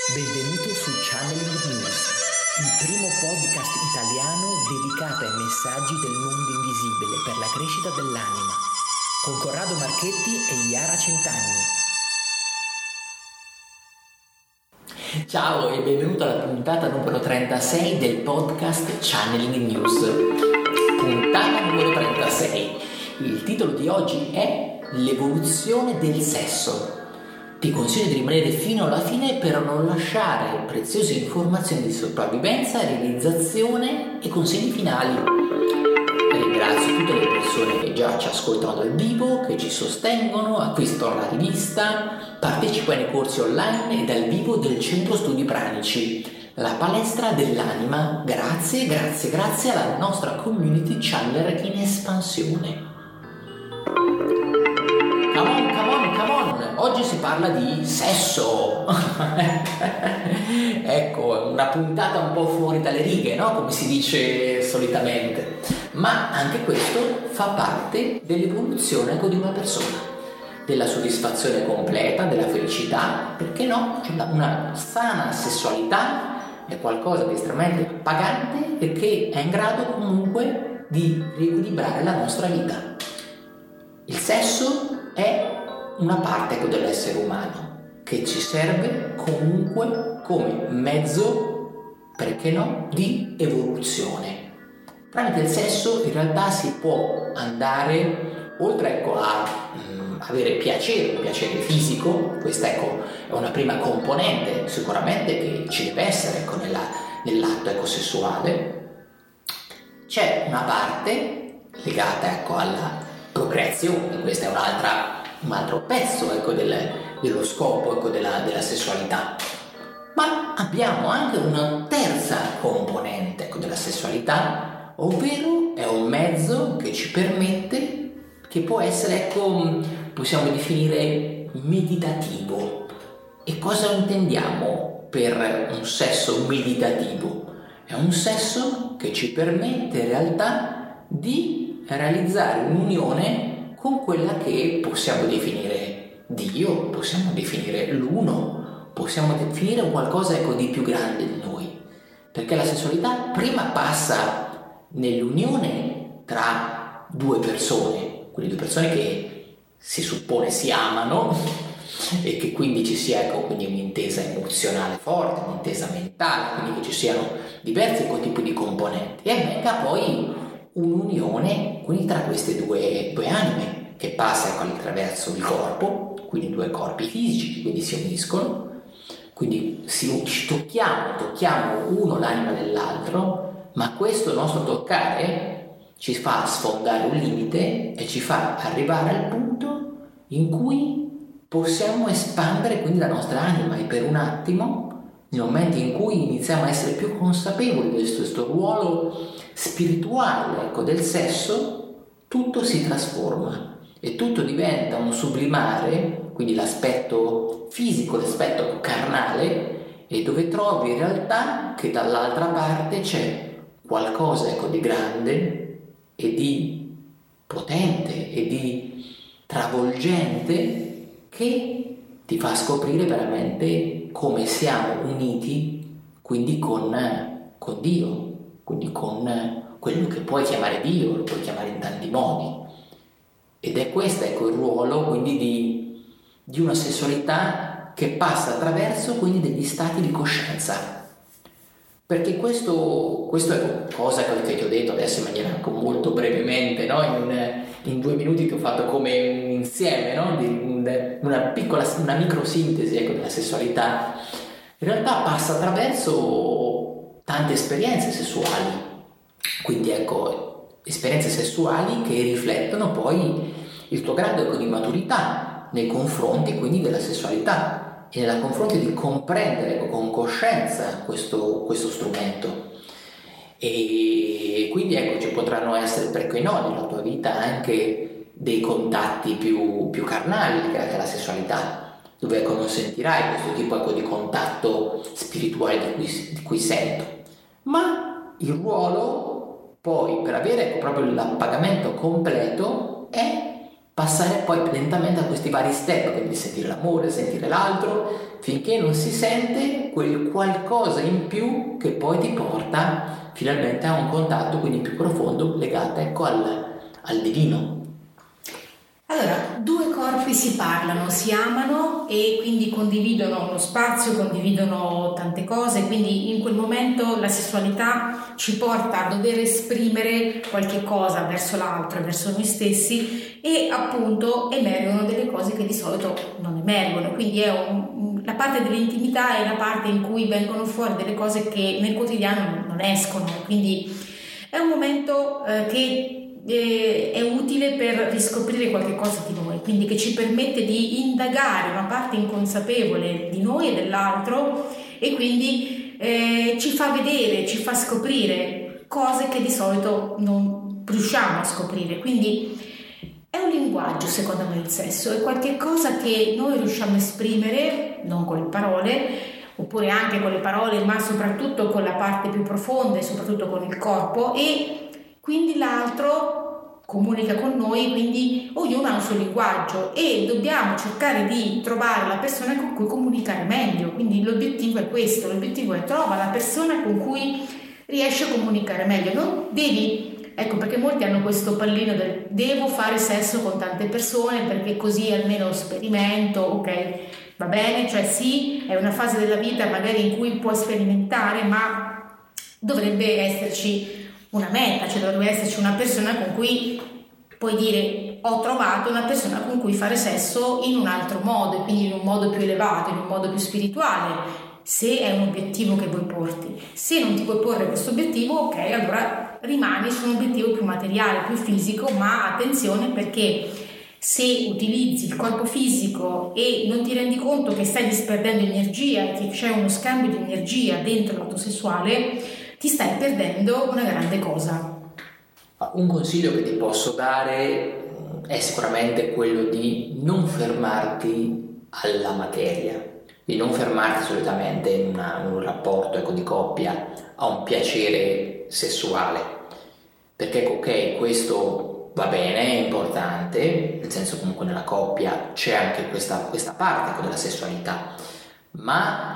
Benvenuto su Channeling News, il primo podcast italiano dedicato ai messaggi del mondo invisibile per la crescita dell'anima, con Corrado Marchetti e Iara Centanni. Ciao e benvenuto alla puntata numero 36 del podcast Channeling News. Puntata numero 36. Il titolo di oggi è L'evoluzione del sesso. Ti consiglio di rimanere fino alla fine per non lasciare preziose informazioni di sopravvivenza, realizzazione e consigli finali. Ringrazio tutte le persone che già ci ascoltano dal vivo, che ci sostengono, acquistano la rivista, partecipano ai corsi online e dal vivo del Centro Studi Pranici, la palestra dell'anima. Grazie alla nostra community channeler in espansione. Come on, oggi si parla di sesso. Ecco, una puntata un po' fuori dalle righe, no? Come si dice solitamente. Ma anche questo fa parte dell'evoluzione di una persona, della soddisfazione completa, della felicità, perché no? Una sana sessualità è qualcosa di estremamente appagante e che è in grado comunque di riequilibrare la nostra vita. Il sesso è una parte dell'essere umano che ci serve comunque come mezzo, perché no, di evoluzione. Tramite il sesso in realtà si può andare oltre a avere piacere, un piacere fisico. Questa è una prima componente sicuramente che ci deve essere nell'atto sessuale. C'è una parte legata alla procreazione, questa è un altro pezzo dello scopo della sessualità. Ma abbiamo anche una terza componente della sessualità, ovvero è un mezzo che ci permette, che può essere possiamo definire meditativo. E cosa intendiamo per un sesso meditativo? È un sesso che ci permette in realtà di realizzare un'unione con quella che possiamo definire Dio, possiamo definire l'uno, possiamo definire qualcosa di più grande di noi, perché la sessualità prima passa nell'unione tra due persone, quindi due persone che si suppone si amano e che quindi ci sia quindi un'intesa emozionale forte, un'intesa mentale, quindi che ci siano diversi tipi di componenti, e venga poi un'unione quindi tra queste due anime che passa attraverso il corpo, quindi due corpi fisici che quindi si uniscono, quindi ci tocchiamo uno l'anima dell'altro, ma questo nostro toccare ci fa sfondare un limite e ci fa arrivare al punto in cui possiamo espandere quindi la nostra anima, e per un attimo, nel momento in cui iniziamo a essere più consapevoli di questo ruolo spirituale del sesso, tutto si trasforma e tutto diventa un sublimare, quindi l'aspetto fisico, l'aspetto carnale, e dove trovi in realtà che dall'altra parte c'è qualcosa di grande e di potente e di travolgente che ti fa scoprire veramente come siamo uniti quindi con Dio, quindi con quello che puoi chiamare Dio, lo puoi chiamare in tanti modi. Ed è questo il ruolo quindi di una sessualità che passa attraverso quindi degli stati di coscienza. Perché questo è cosa che ti ho detto adesso in maniera molto brevemente, no? In 2 minuti ti ho fatto come un insieme, no? Una microsintesi della sessualità. In realtà passa attraverso tante esperienze sessuali, quindi esperienze sessuali che riflettono poi il tuo grado di maturità nei confronti quindi della sessualità e nei confronti di comprendere con coscienza questo strumento. E quindi ci potranno essere, perché no, nella tua vita anche dei contatti più carnali legati alla sessualità, dove non sentirai questo tipo di contatto spirituale di cui sento. Ma il ruolo poi per avere proprio l'appagamento completo è passare poi lentamente a questi vari step, quindi sentire l'amore, sentire l'altro, finché non si sente quel qualcosa in più che poi ti porta finalmente a un contatto quindi più profondo legato, ecco, al divino. Allora, due corpi si parlano, si amano e quindi condividono uno spazio, condividono tante cose, quindi in quel momento la sessualità ci porta a dover esprimere qualche cosa verso l'altro, verso noi stessi, e appunto emergono delle cose che di solito non emergono, quindi la parte dell'intimità è la parte in cui vengono fuori delle cose che nel quotidiano non escono, quindi è un momento che è utile per riscoprire qualche cosa di noi, quindi che ci permette di indagare una parte inconsapevole di noi e dell'altro, e quindi ci fa vedere, ci fa scoprire cose che di solito non riusciamo a scoprire. Quindi è un linguaggio, secondo me, il sesso è qualche cosa che noi riusciamo a esprimere non con le parole, oppure anche con le parole, ma soprattutto con la parte più profonda e soprattutto con il corpo, e quindi l'altro comunica con noi, quindi ognuno ha un suo linguaggio e dobbiamo cercare di trovare la persona con cui comunicare meglio. Quindi l'obiettivo è questo, l'obiettivo è trovare la persona con cui riesci a comunicare meglio. Non devi, ecco, perché molti hanno questo pallino del devo fare sesso con tante persone perché così almeno sperimento, ok, va bene, cioè sì, è una fase della vita magari in cui puoi sperimentare, ma dovrebbe esserci una meta, cioè dovrebbe esserci una persona con cui puoi dire ho trovato una persona con cui fare sesso in un altro modo, e quindi in un modo più elevato, in un modo più spirituale, se è un obiettivo che vuoi porti. Se non ti puoi porre questo obiettivo, ok, allora rimani su un obiettivo più materiale, più fisico, ma attenzione, perché se utilizzi il corpo fisico e non ti rendi conto che stai disperdendo energia e che c'è uno scambio di energia dentro l'atto sessuale, ti stai perdendo una grande cosa. Un consiglio che ti posso dare è sicuramente quello di non fermarti alla materia, di non fermarti solitamente in un rapporto, ecco, di coppia a un piacere sessuale, perché ok, questo va bene, è importante, nel senso comunque nella coppia c'è anche questa parte, ecco, della sessualità, ma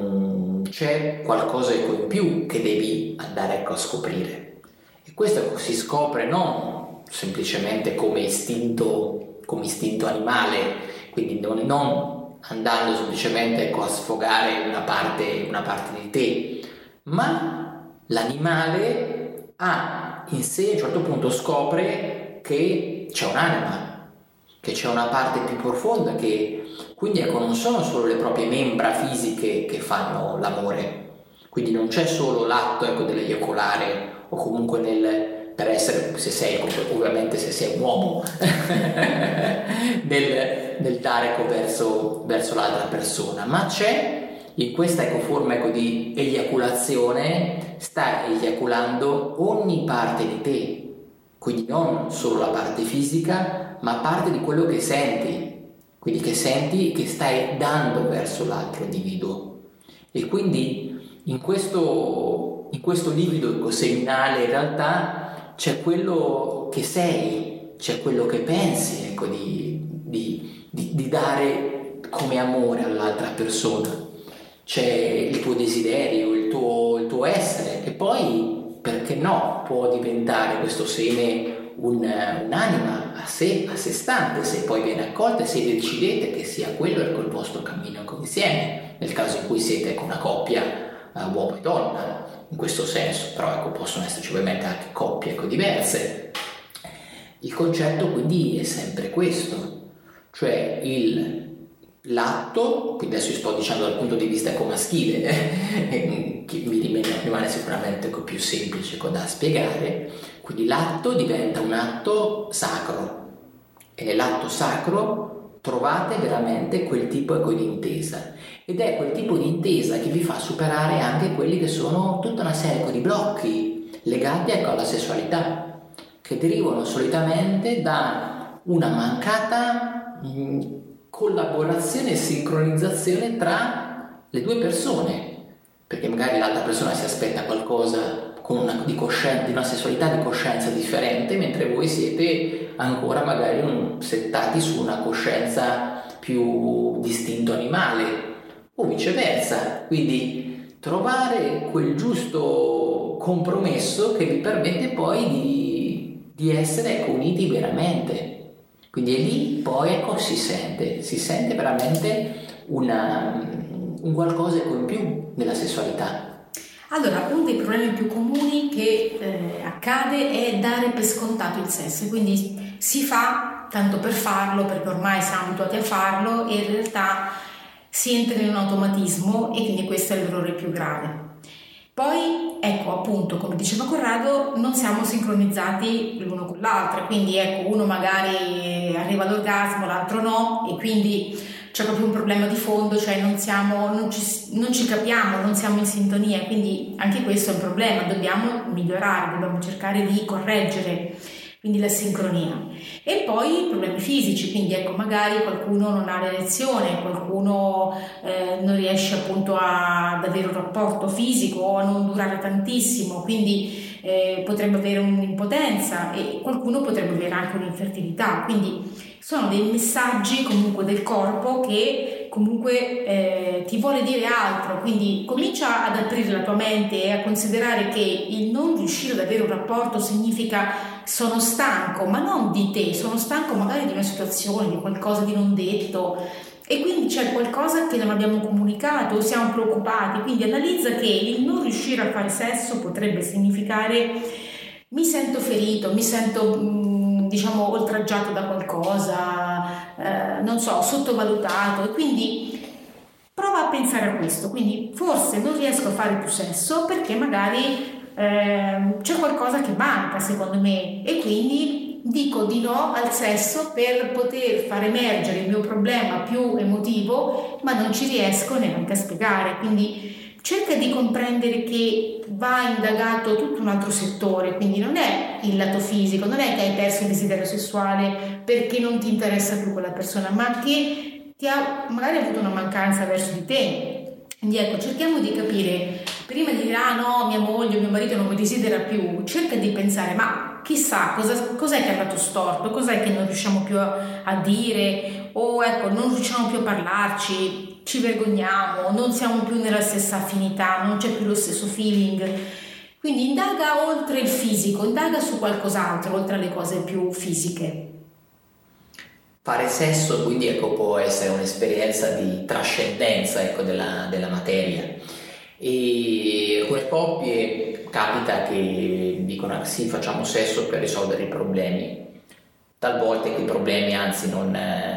c'è qualcosa in più che devi andare, ecco, a scoprire, e questo si scopre non semplicemente come istinto animale, quindi non andando semplicemente, ecco, a sfogare una parte di te, ma l'animale ha in sé, a un certo punto scopre che c'è un'anima, che c'è una parte più profonda, che quindi, ecco, non sono solo le proprie membra fisiche che fanno l'amore, quindi non c'è solo l'atto, ecco, dell'eiacolare, o comunque per essere, ovviamente se sei un uomo nel dare, ecco, verso l'altra persona, ma c'è in questa, ecco, forma, ecco, di eiaculazione, sta eiaculando ogni parte di te, quindi non solo la parte fisica, ma parte di quello che senti, quindi che senti che stai dando verso l'altro individuo. E quindi in questo liquido seminale in realtà c'è quello che sei, c'è quello che pensi, ecco, di dare come amore all'altra persona, c'è il tuo desiderio, il tuo essere, e poi perché no, può diventare questo seme un'anima a sé stante, se poi viene accolta, se decidete che sia quello, ecco, il vostro cammino insieme, nel caso in cui siete, ecco, una coppia uomo e donna in questo senso, però, ecco, possono esserci ovviamente anche coppie, ecco, diverse. Il concetto quindi è sempre questo, cioè l'atto, quindi adesso sto dicendo dal punto di vista, ecco, maschile, che mi rimane sicuramente, ecco, più semplice, ecco, da spiegare. Quindi l'atto diventa un atto sacro, e nell'atto sacro trovate veramente quel tipo, ecco, di intesa, ed è quel tipo di intesa che vi fa superare anche quelli che sono tutta una serie, ecco, di blocchi legati, ecco, alla sessualità, che derivano solitamente da una mancata collaborazione e sincronizzazione tra le due persone, perché magari l'altra persona si aspetta qualcosa di una sessualità di coscienza differente, mentre voi siete ancora magari settati su una coscienza più distinto animale, o viceversa. Quindi trovare quel giusto compromesso che vi permette poi di essere uniti veramente. Quindi è lì poi si sente veramente un qualcosa in più nella sessualità. Allora, uno dei problemi più comuni che accade è dare per scontato il sesso, quindi si fa tanto per farlo, perché ormai siamo abituati a farlo, e in realtà si entra in un automatismo, e quindi questo è l'errore più grave. Poi, ecco, appunto, come diceva Corrado, non siamo sincronizzati l'uno con l'altro, quindi ecco, uno magari arriva all'orgasmo, l'altro no, e quindi c'è proprio un problema di fondo, cioè non ci capiamo, non siamo in sintonia, quindi anche questo è un problema, dobbiamo migliorare, dobbiamo cercare di correggere quindi la sincronia. E poi problemi fisici, quindi ecco, magari qualcuno non ha l'erezione, qualcuno non riesce appunto ad avere un rapporto fisico o a non durare tantissimo, quindi potrebbe avere un'impotenza, e qualcuno potrebbe avere anche un'infertilità, quindi sono dei messaggi comunque del corpo che comunque ti vuole dire altro, quindi comincia ad aprire la tua mente e a considerare che il non riuscire ad avere un rapporto significa sono stanco, ma non di te, sono stanco magari di una situazione, di qualcosa di non detto, e quindi c'è qualcosa che non abbiamo comunicato, siamo preoccupati, quindi analizza che il non riuscire a fare sesso potrebbe significare mi sento ferito, mi sento diciamo oltraggiato da qualcosa, non so, sottovalutato, e quindi prova a pensare a questo. Quindi forse non riesco a fare più sesso perché magari c'è qualcosa che manca secondo me, e quindi dico di no al sesso per poter far emergere il mio problema più emotivo, ma non ci riesco neanche a spiegare. Quindi cerca di comprendere che va indagato tutto un altro settore, quindi non è il lato fisico, non è che hai perso il desiderio sessuale perché non ti interessa più quella persona, ma che ti ha magari avuto una mancanza verso di te. Quindi ecco, cerchiamo di capire, prima di dire no, mia moglie, mio marito non mi desidera più, cerca di pensare, ma chissà cos'è che è andato storto, cos'è che non riusciamo più a dire, o ecco, non riusciamo più a parlarci, ci vergogniamo, non siamo più nella stessa affinità, non c'è più lo stesso feeling. Quindi indaga oltre il fisico, indaga su qualcos'altro, oltre alle cose più fisiche. Fare sesso quindi ecco, può essere un'esperienza di trascendenza ecco, della materia, e alcune coppie capita che dicono sì, facciamo sesso per risolvere i problemi, talvolta i problemi anzi non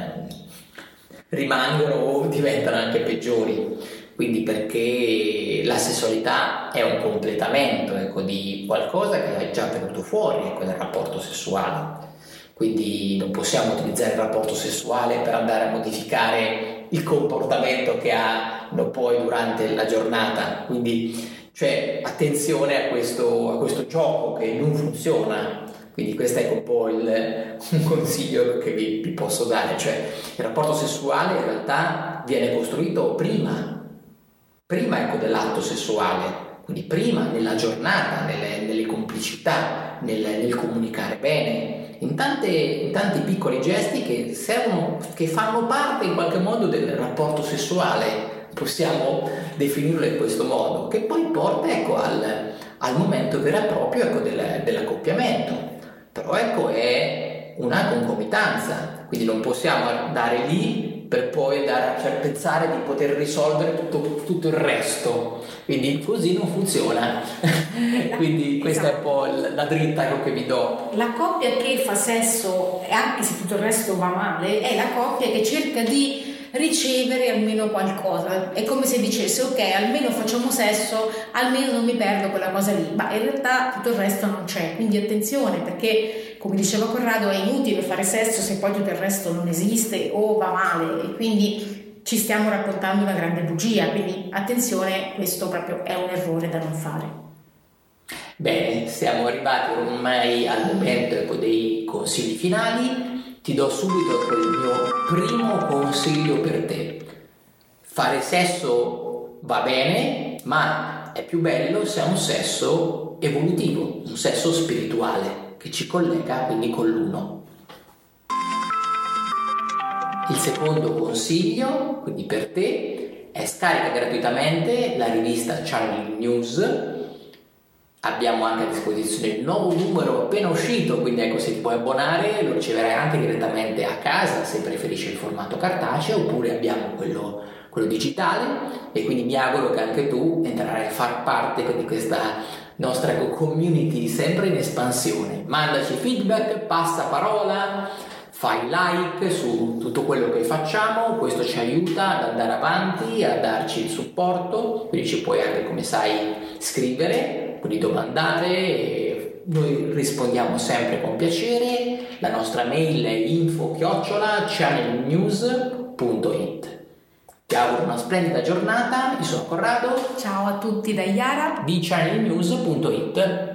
rimangono o diventano anche peggiori, quindi perché la sessualità è un completamento ecco, di qualcosa che è già venuto fuori ecco, nel rapporto sessuale. Quindi non possiamo utilizzare il rapporto sessuale per andare a modificare il comportamento che hanno poi durante la giornata. Quindi cioè, attenzione a questo gioco che non funziona. Quindi questo è un po' un consiglio che vi posso dare. Cioè, il rapporto sessuale in realtà viene costruito prima ecco, dell'atto sessuale. Quindi prima, nella giornata, nelle complicità, nel comunicare bene, in tanti piccoli gesti che servono, che fanno parte in qualche modo del rapporto sessuale, possiamo definirlo in questo modo, che poi porta ecco, al momento vero e proprio ecco, dell'accoppiamento. Però ecco, è una concomitanza, quindi non possiamo andare lì per poi pensare di poter risolvere tutto il resto, quindi così non funziona. Quindi questa è un po' la dritta che vi do. La coppia che fa sesso, anche se tutto il resto va male, è la coppia che cerca di ricevere almeno qualcosa. È come se dicesse ok, almeno facciamo sesso, almeno non mi perdo quella cosa lì, ma in realtà tutto il resto non c'è. Quindi attenzione, perché come diceva Corrado è inutile fare sesso se poi tutto il resto non esiste o va male, e quindi ci stiamo raccontando una grande bugia. Quindi attenzione, questo proprio è un errore da non fare. Bene, siamo arrivati ormai al momento ecco, dei consigli finali. Ti do subito il mio primo consiglio per te. Fare sesso va bene, ma è più bello se è un sesso evolutivo, un sesso spirituale che ci collega quindi con l'uno. Il secondo consiglio, quindi per te, è scarica gratuitamente la rivista Channeling News. Abbiamo anche a disposizione il nuovo numero appena uscito, quindi ecco, se ti puoi abbonare lo riceverai anche direttamente a casa se preferisci il formato cartaceo, oppure abbiamo quello digitale, e quindi mi auguro che anche tu entrerai a far parte di questa nostra community sempre in espansione. Mandaci feedback, passa parola, fai like su tutto quello che facciamo, questo ci aiuta ad andare avanti, a darci il supporto, quindi ci puoi anche, come sai, scrivere, quindi domandare, noi rispondiamo sempre con piacere. La nostra mail è info@channelnews.it. Ti auguro una splendida giornata, io sono Corrado. Ciao a tutti da Iara di channelnews.it.